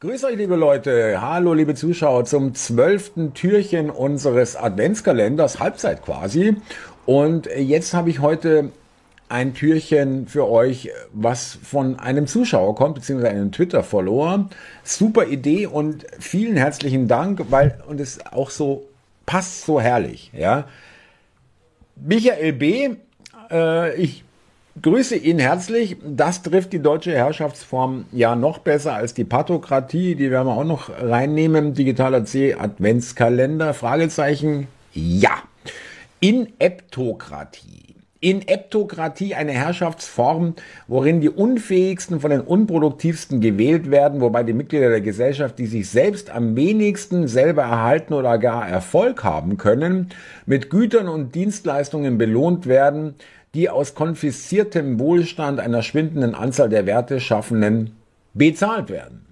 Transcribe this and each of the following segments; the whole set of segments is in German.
Grüß euch, liebe Leute. Hallo, liebe Zuschauer, zum 12. Türchen unseres Adventskalenders, Halbzeit quasi. Und jetzt habe ich heute ein Türchen für euch, was von einem Zuschauer kommt, beziehungsweise einem Twitter-Follower. Super Idee und vielen herzlichen Dank, und es auch so passt so herrlich, ja. Michael B., ich grüße ihn herzlich. Das trifft die deutsche Herrschaftsform ja noch besser als die Pathokratie. Die werden wir auch noch reinnehmen. Digitaler C, Adventskalender, Fragezeichen, ja. Ineptokratie. Ineptokratie, eine Herrschaftsform, worin die Unfähigsten von den Unproduktivsten gewählt werden, wobei die Mitglieder der Gesellschaft, die sich selbst am wenigsten selber erhalten oder gar Erfolg haben können, mit Gütern und Dienstleistungen belohnt werden, die aus konfisziertem Wohlstand einer schwindenden Anzahl der Werteschaffenden bezahlt werden.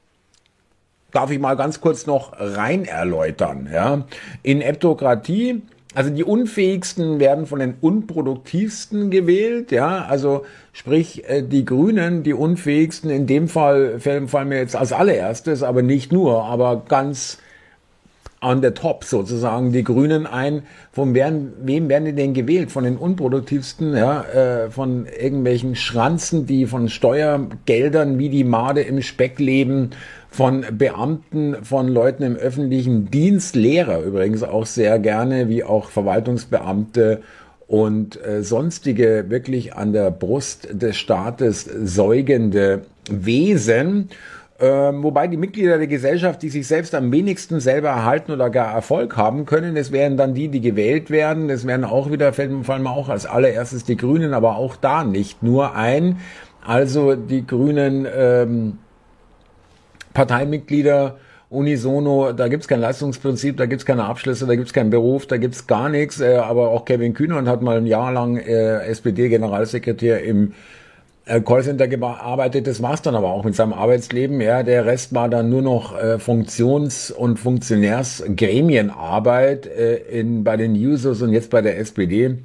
Darf ich mal ganz kurz noch rein erläutern, ja? Ineptokratie, also die Unfähigsten werden von den Unproduktivsten gewählt, ja, also sprich die Grünen, die Unfähigsten, in dem Fall fallen mir jetzt als allererstes, aber nicht nur, aber ganz on the top sozusagen die Grünen ein. Wem werden die denn gewählt? Von den Unproduktivsten, ja, von irgendwelchen Schranzen, die von Steuergeldern wie die Made im Speck leben, von Beamten, von Leuten im öffentlichen Dienst, Lehrer übrigens auch sehr gerne, wie auch Verwaltungsbeamte und sonstige wirklich an der Brust des Staates säugende Wesen. Wobei die Mitglieder der Gesellschaft, die sich selbst am wenigsten selber erhalten oder gar Erfolg haben können, das wären dann die gewählt werden. Das wären auch wieder, fallen mir auch als allererstes die Grünen, aber auch da nicht nur ein. Also die Grünen Parteimitglieder unisono, da gibt's kein Leistungsprinzip, da gibt's keine Abschlüsse, da gibt's keinen Beruf, da gibt's gar nichts. Aber auch Kevin Kühnert hat mal ein Jahr lang SPD-Generalsekretär im Callcenter gearbeitet, das war's dann aber auch mit seinem Arbeitsleben. Ja, der Rest war dann nur noch Funktions- und Funktionärsgremienarbeit bei den Users und jetzt bei der SPD.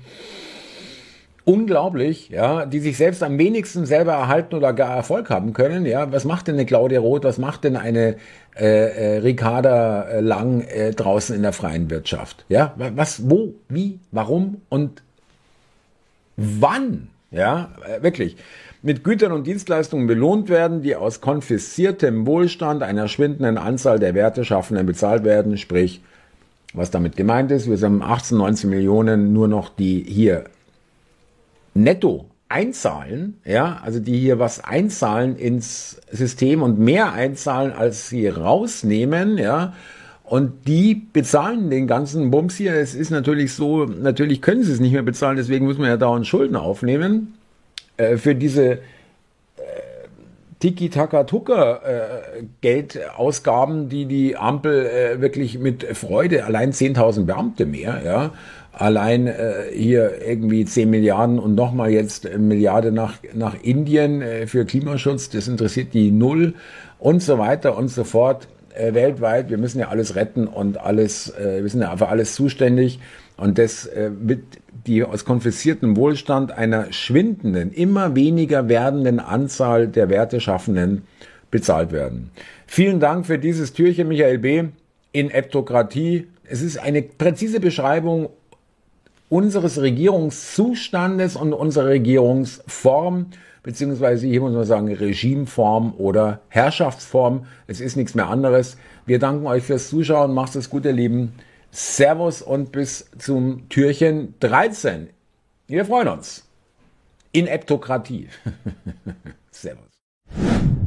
Unglaublich, ja, die sich selbst am wenigsten selber erhalten oder gar Erfolg haben können. Ja, was macht denn eine Claudia Roth, was macht denn eine Ricarda Lang draußen in der freien Wirtschaft? Ja, was, wo, wie, warum und wann? Ja, wirklich. Mit Gütern und Dienstleistungen belohnt werden, die aus konfisziertem Wohlstand einer schwindenden Anzahl der Werteschaffenden bezahlt werden. Sprich, was damit gemeint ist, wir sind 18, 19 Millionen nur noch, die hier netto einzahlen, ja, also die hier was einzahlen ins System und mehr einzahlen, als sie rausnehmen, ja. Und die bezahlen den ganzen Bums hier. Es ist natürlich so, natürlich können sie es nicht mehr bezahlen, deswegen müssen wir ja dauernd Schulden aufnehmen. Für diese Tiki-Taka-Tuka-Geldausgaben, die Ampel wirklich mit Freude, allein 10.000 Beamte mehr, ja, allein hier irgendwie 10 Milliarden und nochmal jetzt eine Milliarde nach Indien für Klimaschutz, das interessiert die null und so weiter und so fort. Weltweit, wir müssen ja alles retten und alles, wir sind ja für alles zuständig und das wird die aus konfisziertem Wohlstand einer schwindenden, immer weniger werdenden Anzahl der Werteschaffenden bezahlt werden. Vielen Dank für dieses Türchen, Michael B. Ineptokratie. Es ist eine präzise Beschreibung unseres Regierungszustandes und unserer Regierungsform, beziehungsweise hier muss man sagen Regimeform oder Herrschaftsform. Es ist nichts mehr anderes. Wir danken euch fürs Zuschauen. Macht es gut, ihr Lieben. Servus und bis zum Türchen 13. Wir freuen uns. Ineptokratie. Servus.